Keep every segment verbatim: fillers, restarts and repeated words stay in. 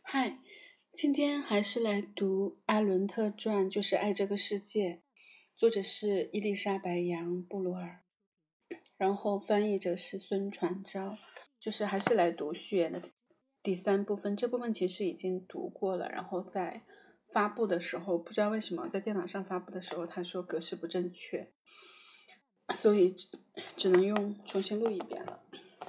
嗨，今天还是来读阿伦特传，就是《爱这个世界》，作者是伊丽莎白·杨·布鲁尔，然后翻译者是孙传昭，就是还是来读序言的第三部分。这部分其实已经读过了，然后在发布的时候，不知道为什么在电脑上发布的时候，他说格式不正确，所以只能用重新录一遍了。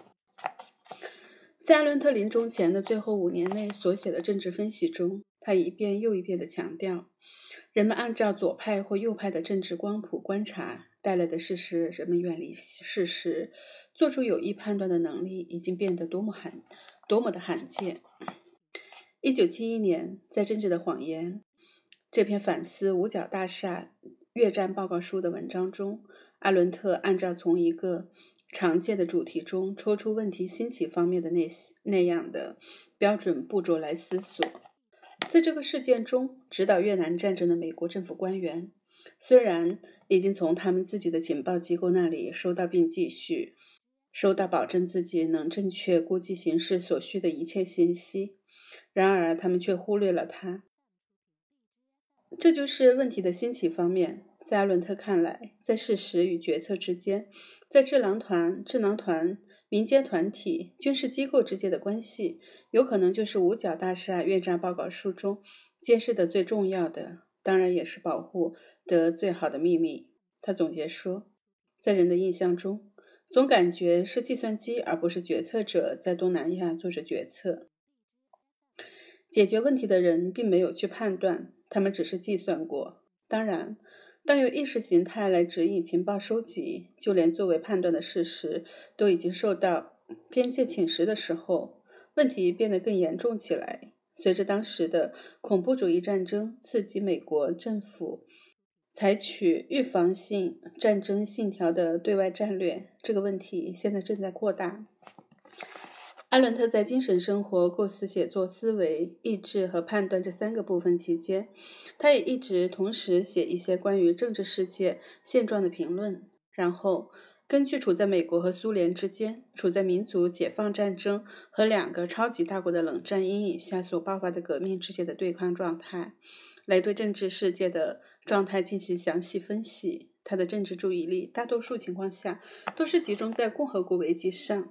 在阿伦特临终前的最后五年内所写的政治分析中，他一遍又一遍地强调，人们按照左派或右派的政治光谱观察带来的事实，人们远离事实，做出有益判断的能力已经变得多么罕多么的罕见。一九七一年，在《政治的谎言》这篇反思五角大厦越战报告书的文章中，阿伦特按照从一个常见的主题中抽出问题兴起方面的那那样的标准步骤来思索。在这个事件中，指导越南战争的美国政府官员，虽然已经从他们自己的情报机构那里收到并继续收到保证自己能正确估计形势所需的一切信息，然而他们却忽略了它。这就是问题的兴起方面。在阿伦特看来，在事实与决策之间，在智囊团、智囊团、民间团体、军事机构之间的关系，有可能就是五角大厦越战报告书中揭示的最重要的，当然也是保护得最好的秘密。他总结说，在人的印象中，总感觉是计算机而不是决策者在东南亚做着决策。解决问题的人并没有去判断，他们只是计算过。当然，当由意识形态来指引情报收集，就连作为判断的事实都已经受到偏见侵蚀的时候，问题变得更严重起来。随着当时的恐怖主义战争刺激美国政府采取预防性战争信条的对外战略，这个问题现在正在扩大。阿伦特在精神生活、构思、写作、思维、意志和判断这三个部分期间，他也一直同时写一些关于政治世界现状的评论，然后根据处在美国和苏联之间、处在民族解放战争和两个超级大国的冷战阴影下所爆发的革命之间的对抗状态，来对政治世界的状态进行详细分析。他的政治注意力大多数情况下都是集中在共和国危机上。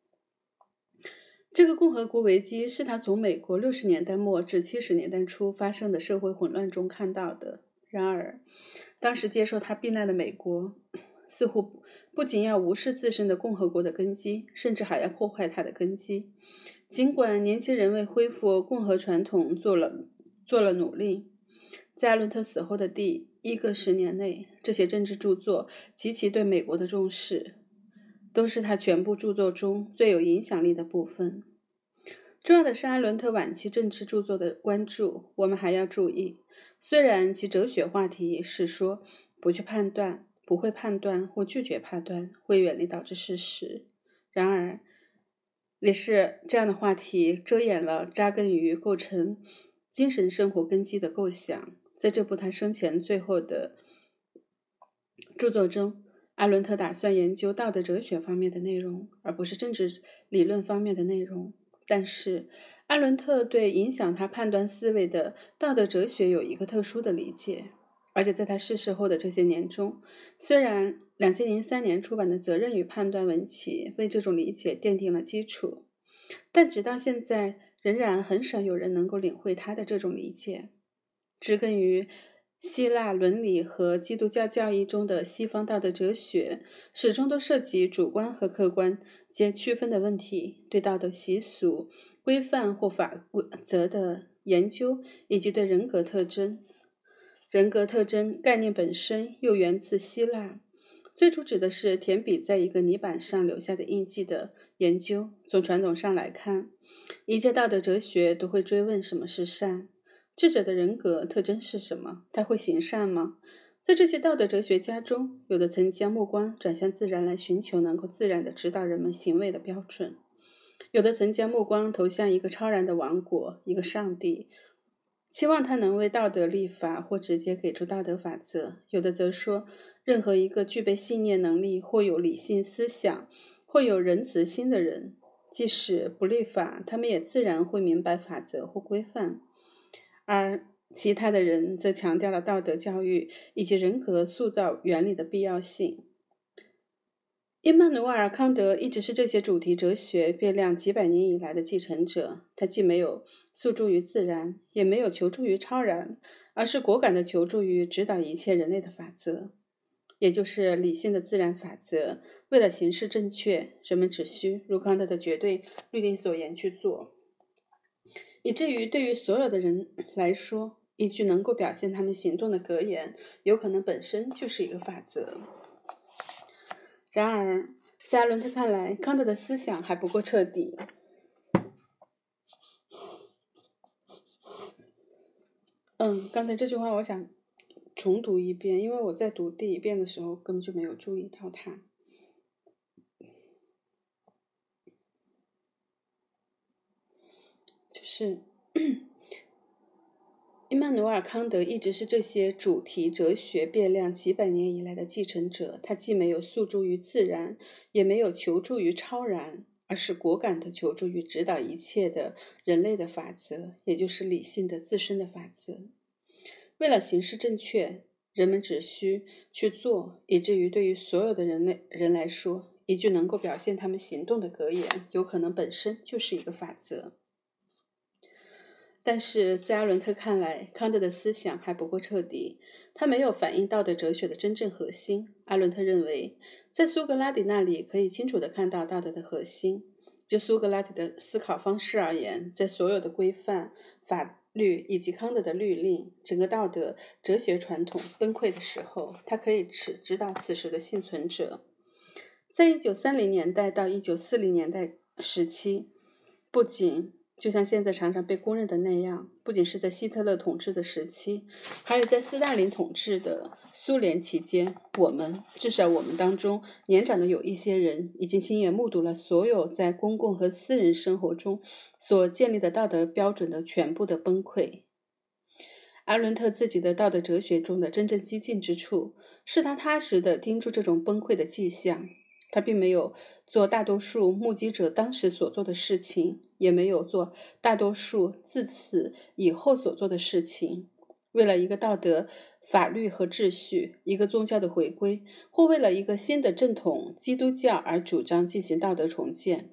这个共和国危机是他从美国六十年代末至七十年代初发生的社会混乱中看到的。然而，当时接受他避难的美国，似乎不仅要无视自身的共和国的根基，甚至还要破坏它的根基。尽管年轻人为恢复共和传统做了做了努力，在阿伦特死后的第一个十年内，这些政治著作及其对美国的重视，都是他全部著作中最有影响力的部分。重要的是阿伦特晚期政治著作的关注，我们还要注意，虽然其哲学话题是说不去判断、不会判断或拒绝判断会远离导致事实，然而也是这样的话题遮掩了扎根于构成精神生活根基的构想。在这部他生前最后的著作中，阿伦特打算研究道德哲学方面的内容，而不是政治理论方面的内容。但是，阿伦特对影响他判断思维的道德哲学有一个特殊的理解，而且在他逝世后的这些年中，虽然二千零三年出版的《责任与判断》文集为这种理解奠定了基础，但直到现在，仍然很少有人能够领会他的这种理解。植根于希腊伦理和基督教教义中的西方道德哲学，始终都涉及主观和客观皆区分的问题，对道德习俗、规范或法则的研究，以及对人格特征。人格特征概念本身又源自希腊，最初指的是填笔在一个泥板上留下的印记的研究。从传统上来看，一切道德哲学都会追问什么是善。智者的人格特征是什么？他会行善吗？在这些道德哲学家中，有的曾将目光转向自然来寻求能够自然地指导人们行为的标准，有的曾将目光投向一个超然的王国，一个上帝，期望他能为道德立法或直接给出道德法则，有的则说任何一个具备信念能力或有理性思想或有仁慈心的人， 即使不立法，他们也自然会明白法则或规范。而其他的人则强调了道德教育以及人格塑造原理的必要性。伊曼努尔·康德一直是这些主题哲学变量几百年以来的继承者，他既没有诉诸于自然，也没有求助于超然，而是果敢地求助于指导一切人类的法则，也就是理性的自然法则。为了行事正确，人们只需如康德的绝对律令所言去做，以至于对于所有的人来说，一句能够表现他们行动的格言，有可能本身就是一个法则。然而，在阿伦特看来，康德的思想还不够彻底。嗯，刚才这句话我想重读一遍，因为我在读第一遍的时候根本就没有注意到它。就是伊曼努尔·康德一直是这些主题哲学变量几百年以来的继承者，他既没有诉诸于自然，也没有求助于超然，而是果敢地求助于指导一切的人类的法则，也就是理性的自身的法则。为了行事正确，人们只需去做，以至于对于所有的人类人来说，一句能够表现他们行动的格言，有可能本身就是一个法则。但是在阿伦特看来，康德的思想还不够彻底，他没有反映道德哲学的真正核心。阿伦特认为，在苏格拉底那里可以清楚地看到道德的核心。就苏格拉底的思考方式而言，在所有的规范、法律以及康德的律令，整个道德哲学传统崩溃的时候，他可以指指导此时的幸存者。在一九三零年代到一九四零年代时期，不仅就像现在常常被公认的那样，不仅是在希特勒统治的时期，还有在斯大林统治的苏联期间，我们至少我们当中年长的有一些人已经亲眼目睹了所有在公共和私人生活中所建立的道德标准的全部的崩溃。阿伦特自己的道德哲学中的真正激进之处，是他踏实地盯住这种崩溃的迹象。他并没有做大多数目击者当时所做的事情，也没有做大多数自此以后所做的事情。为了一个道德、法律和秩序，一个宗教的回归，或为了一个新的正统基督教而主张进行道德重建。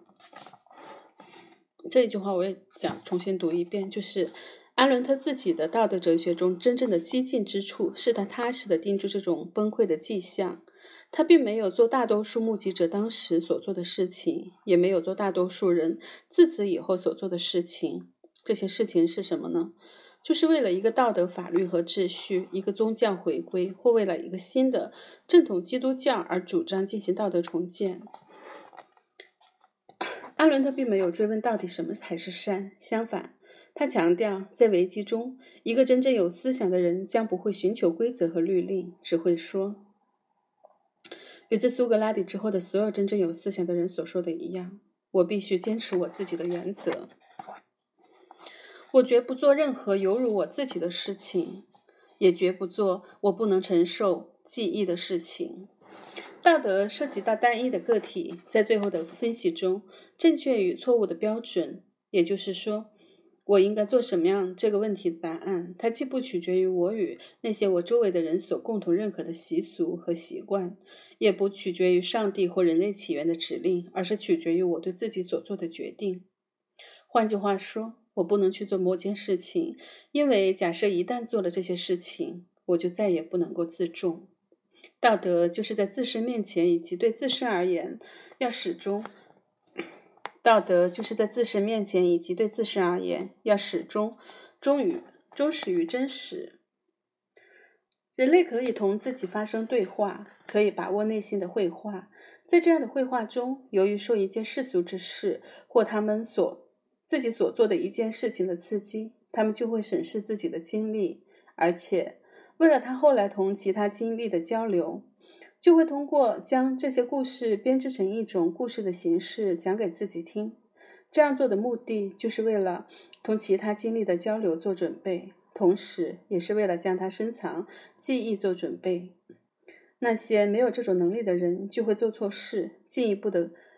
这一句话我也想重新读一遍，就是阿伦特自己的道德哲学中真正的激进之处，是他踏实地盯住这种崩溃的迹象。他并没有做大多数目击者当时所做的事情，也没有做大多数人自此以后所做的事情。这些事情是什么呢？就是为了一个道德、法律和秩序，一个宗教回归，或为了一个新的正统基督教而主张进行道德重建。阿伦特并没有追问到底什么才是善，相反，他强调，在危机中，一个真正有思想的人将不会寻求规则和律令，只会说，与自苏格拉底之后的所有真正有思想的人所说的一样，我必须坚持我自己的原则。我绝不做任何有辱我自己的事情，也绝不做我不能承受记忆的事情。道德涉及到单一的个体，在最后的分析中，正确与错误的标准，也就是说，我应该做什么样这个问题的答案，它既不取决于我与那些我周围的人所共同认可的习俗和习惯，也不取决于上帝或人类起源的指令，而是取决于我对自己所做的决定。换句话说，我不能去做某件事情，因为假设一旦做了这些事情，我就再也不能够自重。道德就是在自身面前以及对自身而言，要始终道德就是在自身面前以及对自身而言，要始终忠于忠实于真实。人类可以同自己发生对话，可以把握内心的绘画。在这样的绘画中，由于受一件世俗之事或他们所自己所做的一件事情的刺激，他们就会审视自己的经历，而且为了他后来同其他经历的交流，就会通过将这些故事编织成一种故事的形式讲给自己听。这样做的目的就是为了同其他经历的交流做准备，同时也是为了将它深藏记忆做准备。那些没有这种能力的人就会做错事，进一步的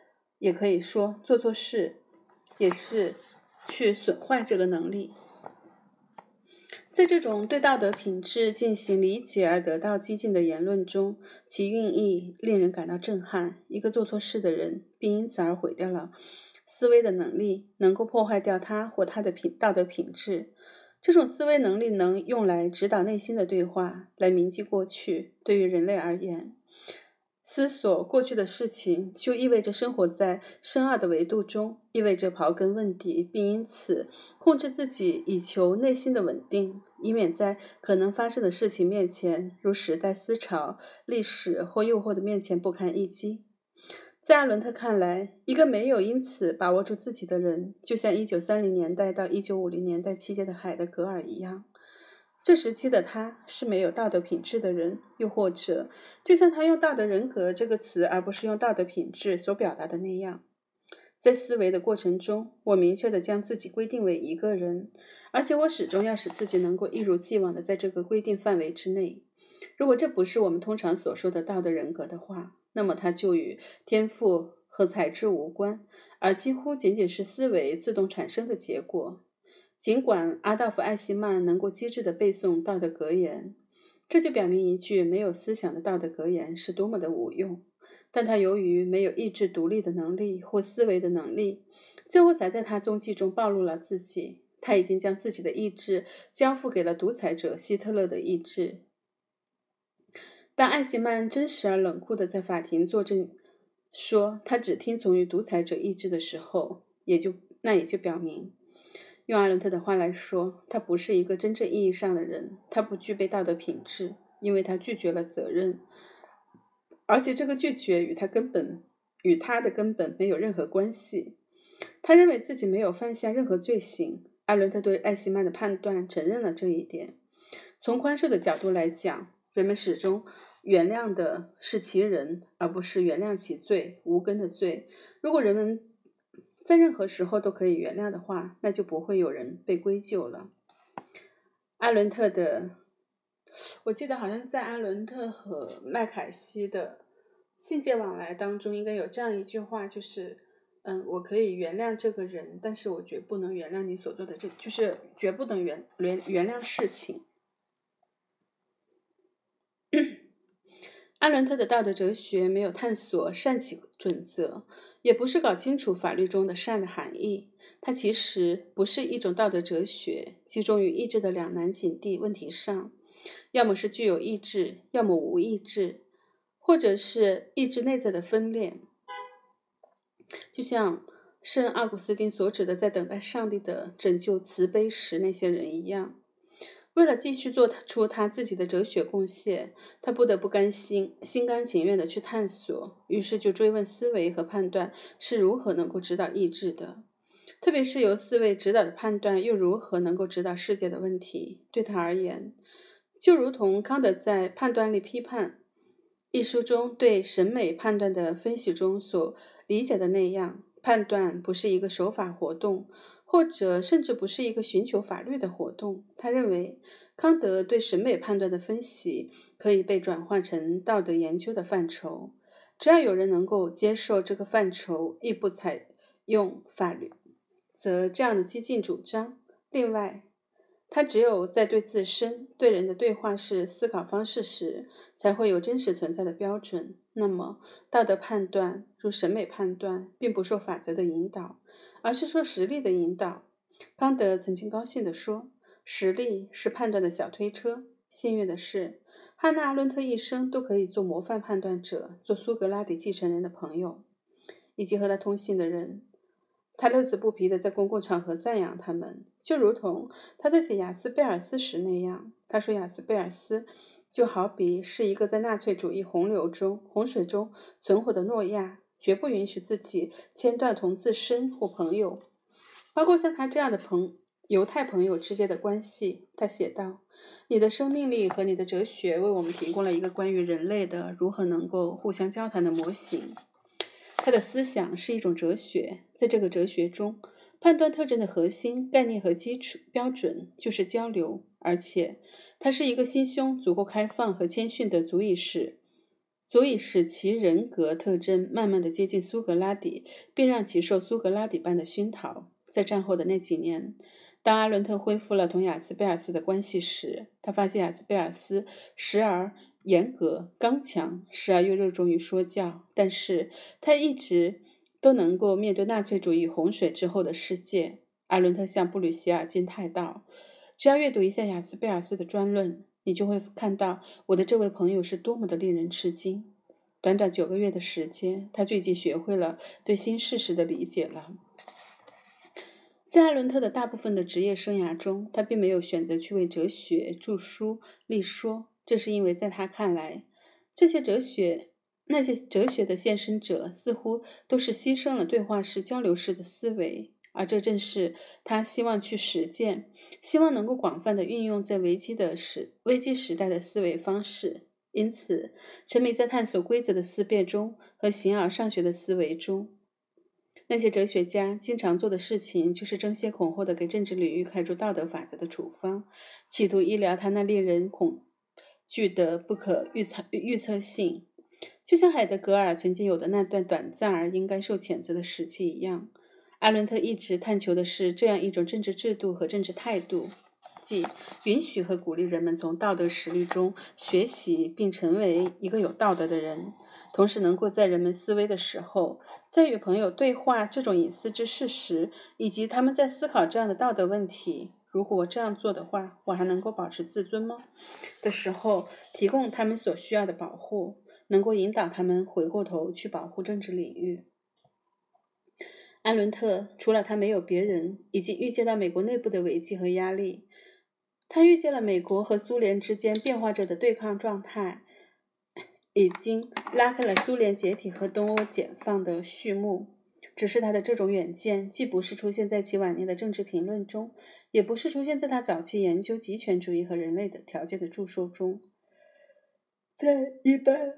也可以说做错事也是去损坏这个能力。在这种对道德品质进行理解而得到激进的言论中，其寓意令人感到震撼。一个做错事的人，并因此而毁掉了思维的能力，能够破坏掉他或他的品道德品质。这种思维能力能用来指导内心的对话，来铭记过去。对于人类而言，思索过去的事情就意味着生活在深奥的维度中，意味着刨根问底，并因此控制自己以求内心的稳定，以免在可能发生的事情面前，如时代思潮、历史或诱惑的面前不堪一击。在阿伦特看来，一个没有因此把握住自己的人，就像一九三零年代到一九五零年代期间的海德格尔一样。这时期的他是没有道德品质的人，又或者就像他用道德人格这个词而不是用道德品质所表达的那样。在思维的过程中，我明确地将自己规定为一个人，而且我始终要使自己能够一如既往地在这个规定范围之内。如果这不是我们通常所说的道德人格的话，那么它就与天赋和才智无关，而几乎仅仅是思维自动产生的结果。尽管阿道夫·艾希曼能够机智地背诵道德格言，这就表明一句没有思想的道德格言是多么的无用，但他由于没有意志独立的能力或思维的能力，最后才在他踪迹中暴露了自己。他已经将自己的意志交付给了独裁者希特勒的意志。当艾希曼真实而冷酷地在法庭作证说他只听从于独裁者意志的时候，也就那也就表明，用阿伦特的话来说，他不是一个真正意义上的人，他不具备道德品质，因为他拒绝了责任，而且这个拒绝与他根本与他的根本没有任何关系。他认为自己没有犯下任何罪行。阿伦特对艾希曼的判断承认了这一点。从宽恕的角度来讲，人们始终原谅的是其人，而不是原谅其罪，无根的罪。如果人们在任何时候都可以原谅的话，那就不会有人被归咎了。阿伦特的，我记得好像在阿伦特和麦凯西的信件往来当中，应该有这样一句话，就是嗯，我可以原谅这个人，但是我绝不能原谅你所做的这，就是绝不能原原原谅事情。阿伦特的道德哲学没有探索善起准则，也不是搞清楚法律中的善的含义。它其实不是一种道德哲学，集中于意志的两难境地问题上，要么是具有意志，要么无意志，或者是意志内在的分裂。就像圣奥古斯丁所指的在等待上帝的拯救慈悲时那些人一样。为了继续做出他自己的哲学贡献，他不得不甘心心甘情愿地去探索，于是就追问思维和判断是如何能够指导意志的，特别是由思维指导的判断又如何能够指导世界的问题。对他而言，就如同康德在《判断力批判》一书中对审美判断的分析中所理解的那样，判断不是一个守法活动，或者甚至不是一个寻求法律的活动。他认为，康德对审美判断的分析可以被转换成道德研究的范畴，只要有人能够接受这个范畴，亦不采用法律，则这样的激进主张。另外，他只有在对自身、对人的对话式思考方式时，才会有真实存在的标准。那么，道德判断，如审美判断，并不受法则的引导，而是受实力的引导。康德曾经高兴地说，实力是判断的小推车。幸运的是，汉娜·阿伦特一生都可以做模范判断者，做苏格拉底继承人的朋友，以及和他通信的人。他乐此不疲地在公共场合赞扬他们，就如同他在写雅斯贝尔斯时那样。他说雅斯贝尔斯就好比是一个在纳粹主义洪流中洪水中存活的诺亚，绝不允许自己牵断同自身或朋友，包括像他这样的朋犹太朋友之间的关系。他写道，你的生命力和你的哲学为我们提供了一个关于人类的如何能够互相交谈的模型。他的思想是一种哲学，在这个哲学中，判断特征的核心概念和基础标准就是交流，而且他是一个心胸足够开放和谦逊的，足以使足以使其人格特征慢慢的接近苏格拉底，并让其受苏格拉底般的熏陶。在战后的那几年，当阿伦特恢复了同雅斯贝尔斯的关系时，他发现雅斯贝尔斯时而严格刚强，时而又热衷于说教，但是他一直都能够面对纳粹主义洪水之后的世界。阿伦特向布吕歇尔惊叹道：只要阅读一下雅斯贝尔斯的专论，你就会看到我的这位朋友是多么的令人吃惊。短短九个月的时间，他就已经学会了对新事实的理解了。在阿伦特的大部分的职业生涯中，他并没有选择去为哲学著书立说，这是因为在他看来，这些哲学那些哲学的献身者似乎都是牺牲了对话式、交流式的思维，而这正是他希望去实践，希望能够广泛的运用在危机的时危机时代的思维方式。因此，沉迷在探索规则的思辨中和形而上学的思维中。那些哲学家经常做的事情，就是争先恐后的给政治领域开出道德法则的处方，企图医疗它那令人恐惧的不可预测预测性。就像海德格尔曾经有的那段短暂而应该受谴责的时期一样，阿伦特一直探求的是这样一种政治制度和政治态度，即允许和鼓励人们从道德实力中学习并成为一个有道德的人，同时能够在人们思维的时候，在与朋友对话这种隐私之事时，以及他们在思考这样的道德问题，如果我这样做的话，我还能够保持自尊吗？的时候，提供他们所需要的保护，能够引导他们回过头去保护政治领域。阿伦特除了他没有别人，已经预见到美国内部的危机和压力。他预见了美国和苏联之间变化着的对抗状态，已经拉开了苏联解体和东欧解放的序幕。只是他的这种远见，既不是出现在其晚年的政治评论中，也不是出现在他早期研究极权主义和人类的条件的著述中。在一般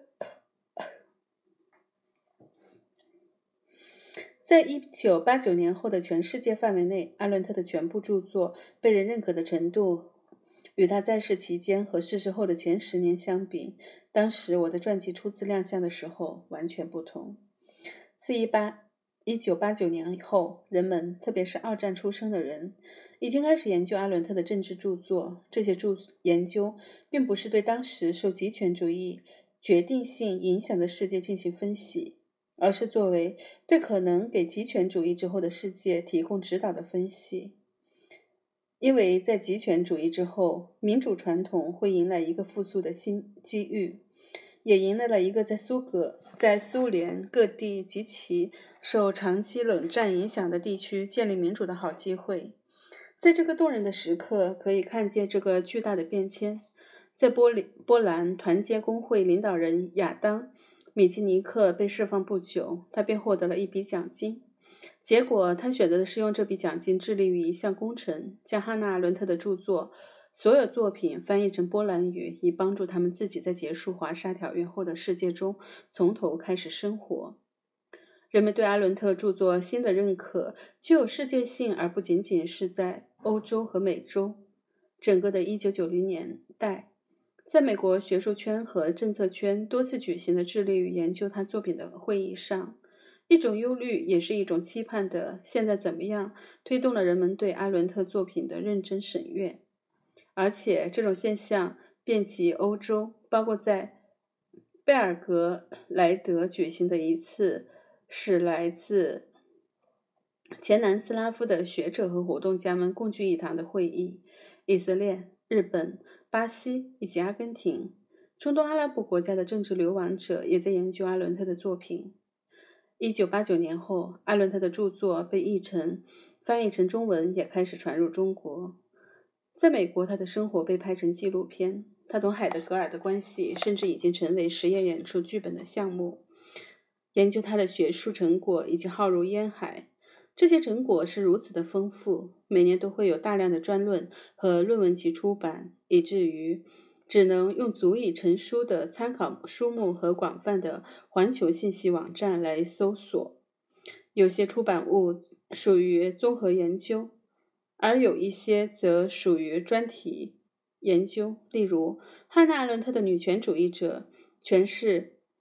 在一九八九年后的全世界范围内，阿伦特的全部著作被人认可的程度，与他在世期间和逝世后的前十年相比，当时我的传记初次亮相的时候完全不同。自一九八九年后，人们，特别是二战出生的人，已经开始研究阿伦特的政治著作。这些著研究并不是对当时受极权主义决定性影响的世界进行分析，而是作为对可能给极权主义之后的世界提供指导的分析。因为在极权主义之后，民主传统会迎来一个复苏的新机遇，也迎来了一个在苏格在苏联各地及其受长期冷战影响的地区建立民主的好机会。在这个动人的时刻，可以看见这个巨大的变迁。在波里波兰团结工会领导人亚当·米基尼克被释放不久，他便获得了一笔奖金。结果他选择的是用这笔奖金致力于一项工程，将汉娜·阿伦特的著作所有作品翻译成波兰语，以帮助他们自己在结束华沙条约后的世界中从头开始生活。人们对阿伦特著作新的认可具有世界性，而不仅仅是在欧洲和美洲。整个的一九九零年代，在美国学术圈和政策圈多次举行的致力于研究他作品的会议上，一种忧虑也是一种期盼的现在怎么样推动了人们对阿伦特作品的认真审阅。而且这种现象遍及欧洲，包括在贝尔格莱德举行的一次使来自前南斯拉夫的学者和活动家们共聚一堂的会议。以色列、日本、巴西以及阿根廷、中东阿拉伯国家的政治流亡者也在研究阿伦特的作品。一九八九年后，阿伦特的著作被译成、翻译成中文，也开始传入中国。在美国，他的生活被拍成纪录片，他同海德格尔的关系甚至已经成为实验演出剧本的项目。研究他的学术成果已经浩如烟海，这些成果是如此的丰富，每年都会有大量的专论和论文集出版，以至于只能用足以成书的参考书目和广泛的环球信息网站来搜索。有些出版物属于综合研究，而有一些则属于专题研究。例如，汉娜·阿伦特的女权主义者诠释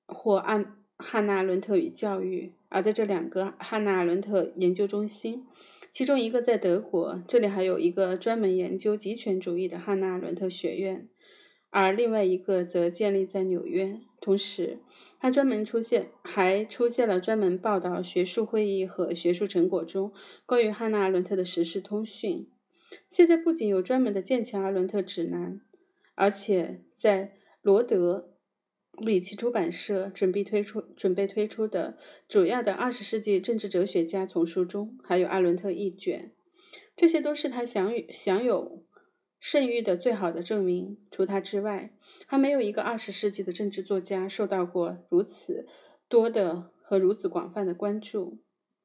或汉汉娜·阿伦特与教育，而在这两个汉娜·阿伦特研究中心，其中一个在德国，这里还有一个专门研究极权主义的汉娜·阿伦特学院，而另外一个则建立在纽约。同时，还专门出现还出现了专门报道学术会议和学术成果中关于汉娜·阿伦特的实时通讯。现在不仅有专门的剑桥阿伦特指南，而且在罗德里奇出版社准备推出准备推出的主要的二十世纪政治哲学家丛书中，还有阿伦特一卷。这些都是他享有享有盛誉的最好的证明。除他之外，还没有一个二十世纪的政治作家受到过如此多的和如此广泛的关注。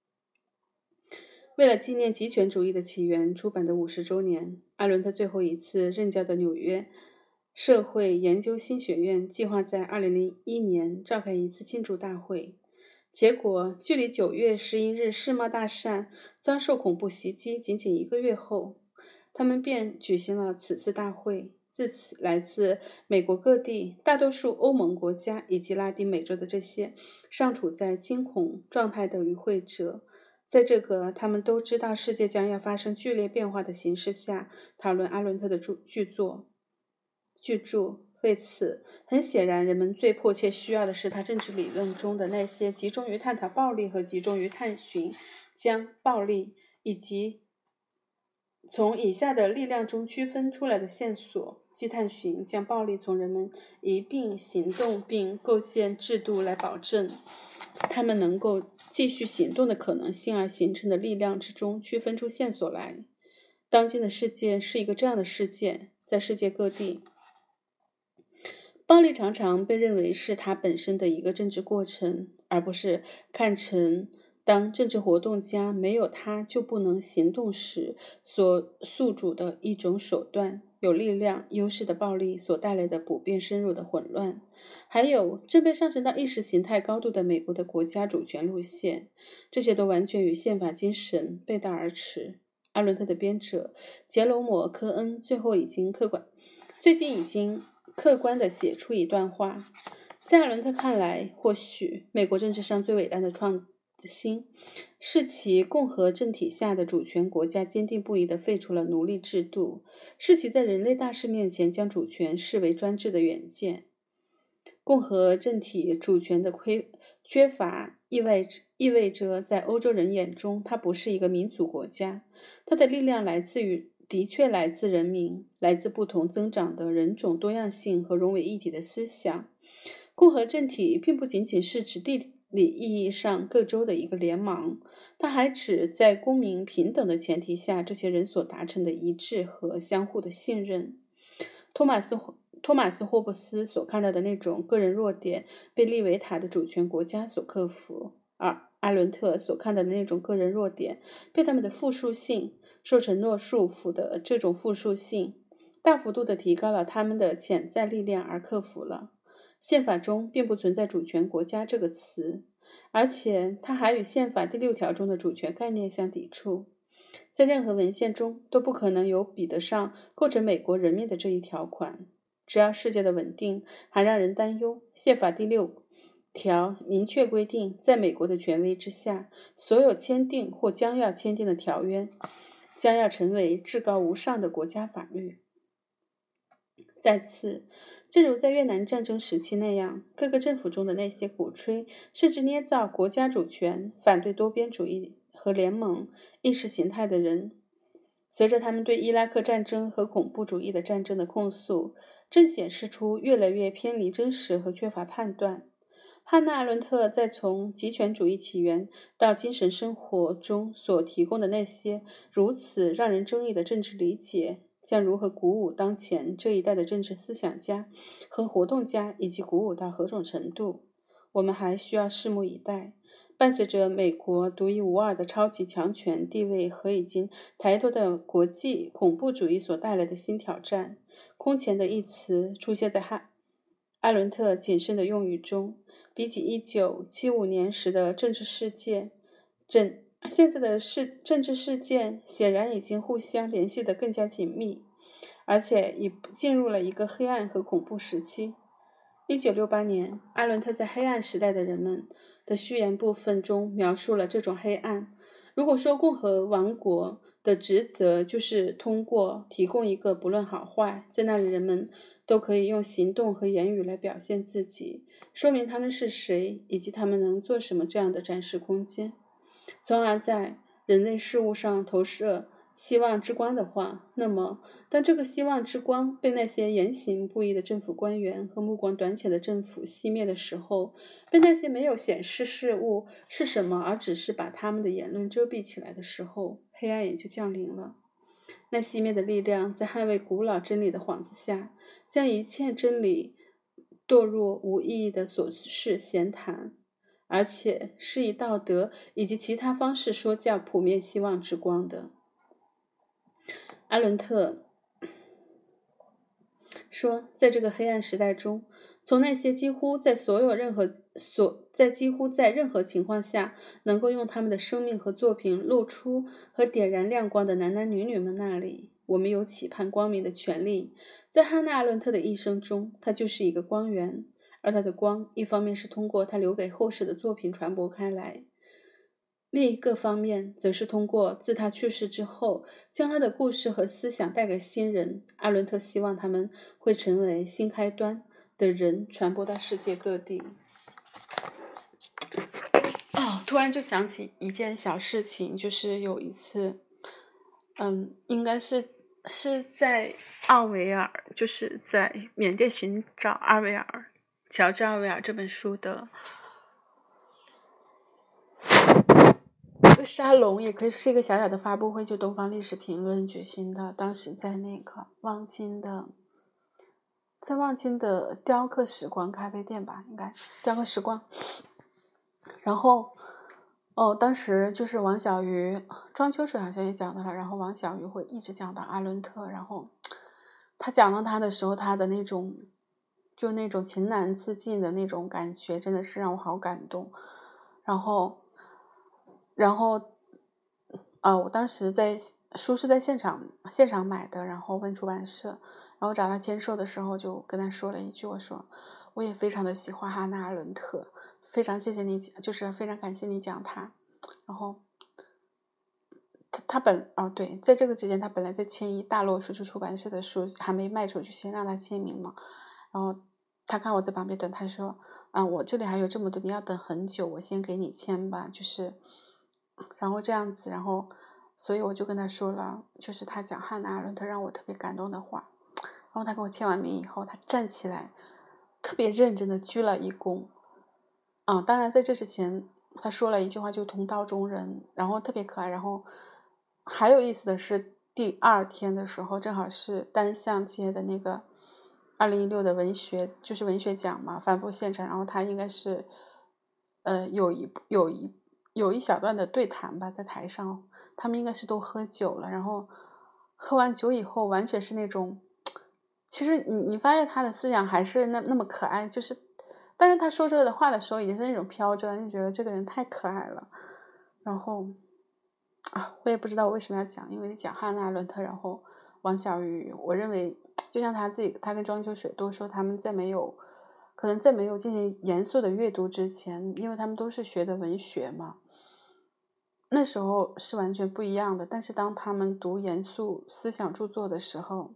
为了纪念极权主义的起源出版的五十周年，阿伦特最后一次任教的纽约社会研究新学院计划在二零零一年召开一次庆祝大会。结果，距离九月十一日世贸大厦遭受恐怖袭击仅仅一个月后，他们便举行了此次大会。自此，来自美国各地、大多数欧盟国家以及拉丁美洲的这些尚处在惊恐状态的与会者，在这个他们都知道世界将要发生剧烈变化的形势下，讨论阿伦特的著巨作巨著。为此，很显然，人们最迫切需要的是他政治理论中的那些集中于探讨暴力和集中于探寻将暴力以及从以下的力量中区分出来的线索，即探寻将暴力从人们一并行动并构建制度来保证他们能够继续行动的可能性而形成的力量之中区分出线索来。当今的世界是一个这样的世界，在世界各地，暴力常常被认为是它本身的一个政治过程，而不是看成当政治活动家没有它就不能行动时所诉诸的一种手段，有力量优势的暴力所带来的普遍深入的混乱，还有正被上升到意识形态高度的美国的国家主权路线，这些都完全与宪法精神背道而驰。阿伦特的编者杰罗姆·科恩最后已经客观最近已经客观地写出一段话，在阿伦特看来，或许美国政治上最伟大的创新是其共和政体下的主权国家坚定不移地废除了奴隶制度，是其在人类大事面前将主权视为专制的远见。共和政体主权的缺缺乏意味意味着在欧洲人眼中，它不是一个民族国家，它的力量来自于的确来自人民，来自不同增长的人种多样性和融为一体的思想。共和政体并不仅仅是指地理意义上各州的一个联盟，它还指在公民平等的前提下，这些人所达成的一致和相互的信任。托马斯托马斯·霍布斯所看到的那种个人弱点被利维塔的主权国家所克服，而阿伦特所看到的那种个人弱点被他们的复数性受承诺束缚的这种复数性大幅度地提高了他们的潜在力量而克服了。宪法中并不存在主权国家这个词，而且它还与宪法第六条中的主权概念相抵触。在任何文献中都不可能有比得上构成美国人民的这一条款。只要世界的稳定还让人担忧，宪法第六条明确规定，在美国的权威之下，所有签订或将要签订的条约将要成为至高无上的国家法律。再次，正如在越南战争时期那样，各个政府中的那些鼓吹甚至捏造国家主权、反对多边主义和联盟意识形态的人，随着他们对伊拉克战争和恐怖主义的战争的控诉，正显示出越来越偏离真实和缺乏判断。汉娜·阿伦特在从极权主义起源到精神生活中所提供的那些如此让人争议的政治理解，将如何鼓舞当前这一代的政治思想家和活动家，以及鼓舞到何种程度，我们还需要拭目以待。伴随着美国独一无二的超级强权地位和已经抬头的国际恐怖主义所带来的新挑战，空前的一词出现在哈阿伦特谨慎的用语中。比起一九七五年时的政治事件，整现在的事政治事件显然已经互相联系得更加紧密，而且已进入了一个黑暗和恐怖时期。 一九六八年，阿伦特在《黑暗时代的人们》的序言部分中描述了这种黑暗。如果说共和王国的职责就是通过提供一个不论好坏，在那里人们都可以用行动和言语来表现自己，说明他们是谁以及他们能做什么这样的展示空间，从而在人类事物上投射希望之光的话，那么当这个希望之光被那些言行不一的政府官员和目光短浅的政府熄灭的时候，被那些没有显示事物是什么而只是把他们的言论遮蔽起来的时候，黑暗也就降临了。那熄灭的力量在捍卫古老真理的幌子下，将一切真理堕入无意义的琐事闲谈，而且是以道德以及其他方式说教扑灭希望之光的。阿伦特说，在这个黑暗时代中，从那些几乎在所有任何所在几乎在任何情况下能够用他们的生命和作品露出和点燃亮光的男男女女们那里，我们有期盼光明的权利。在汉娜·阿伦特的一生中，他就是一个光源，而他的光一方面是通过他留给后世的作品传播开来，另一个方面则是通过自他去世之后将他的故事和思想带给新人。阿伦特希望他们会成为新开端的人，传播到世界各地。哦，突然就想起一件小事情，就是有一次嗯，应该是是在奥维尔，就是在缅甸寻找阿维尔乔治奥维尔这本书的一个沙龙，也可以是一个小小的发布会，就东方历史评论举行的。当时在那个望京的在望京的雕刻时光咖啡店吧，应该雕刻时光。然后哦，当时就是王小鱼庄秋水好像也讲到了，然后王小鱼会一直讲到阿伦特，然后他讲到他的时候，他的那种就那种情难自禁的那种感觉，真的是让我好感动。然后然后呃，我当时在书是在现场现场买的，然后问出版社，然后找他签售的时候，就跟他说了一句，我说我也非常的喜欢哈娜·阿伦特，非常谢谢你，就是非常感谢你讲他。然后他他本哦对，在这个之前他本来在签一大摞书，就出版社的书还没卖出去，先让他签名嘛。然后他看我在旁边等，他说啊，我这里还有这么多，你要等很久，我先给你签吧，就是然后这样子，然后所以我就跟他说了，就是他讲汉娜·阿伦特让我特别感动的话。然后他给我签完名以后，他站起来特别认真的鞠了一躬。啊，当然在这之前他说了一句话，就同道中人，然后特别可爱。然后还有意思的是，第二天的时候正好是单向街的那个二零一六的文学就是文学奖嘛，发布现场，然后他应该是呃有一有一有一小段的对谈吧，在台上他们应该是都喝酒了，然后喝完酒以后完全是那种其实你你发现他的思想还是那那么可爱，就是但是他说出来的话的时候已经是那种飘着，就觉得这个人太可爱了。然后啊，我也不知道我为什么要讲，因为讲汉娜·阿伦特，然后王小鱼，我认为就像他自己，他跟庄秋水都说，他们在没有可能在没有进行严肃的阅读之前，因为他们都是学的文学嘛，那时候是完全不一样的。但是当他们读严肃思想著作的时候，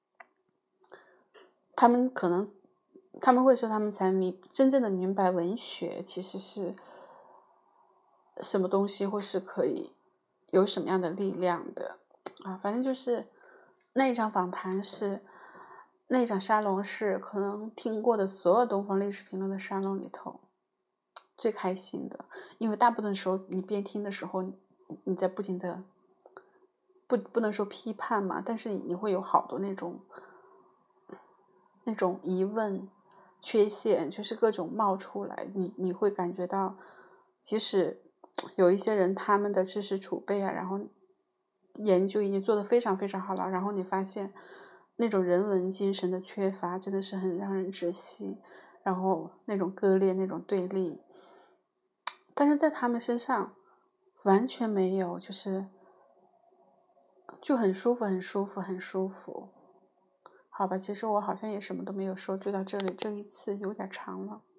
他们可能他们会说，他们才明真正的明白文学其实是什么东西，或是可以有什么样的力量的啊。反正就是那一场访谈是那一场沙龙是可能听过的所有东方历史评论的沙龙里头最开心的，因为大部分时候你边听的时候你在不停的不不能说批判嘛，但是你会有好多那种那种疑问缺陷，就是各种冒出来，你你会感觉到即使有一些人他们的知识储备啊，然后研究已经做得非常非常好了，然后你发现那种人文精神的缺乏真的是很让人窒息，然后那种割裂那种对立，但是在他们身上完全没有，就是就很舒服很舒服很舒服好吧，其实我好像也什么都没有说，就到这里，这一次有点长了。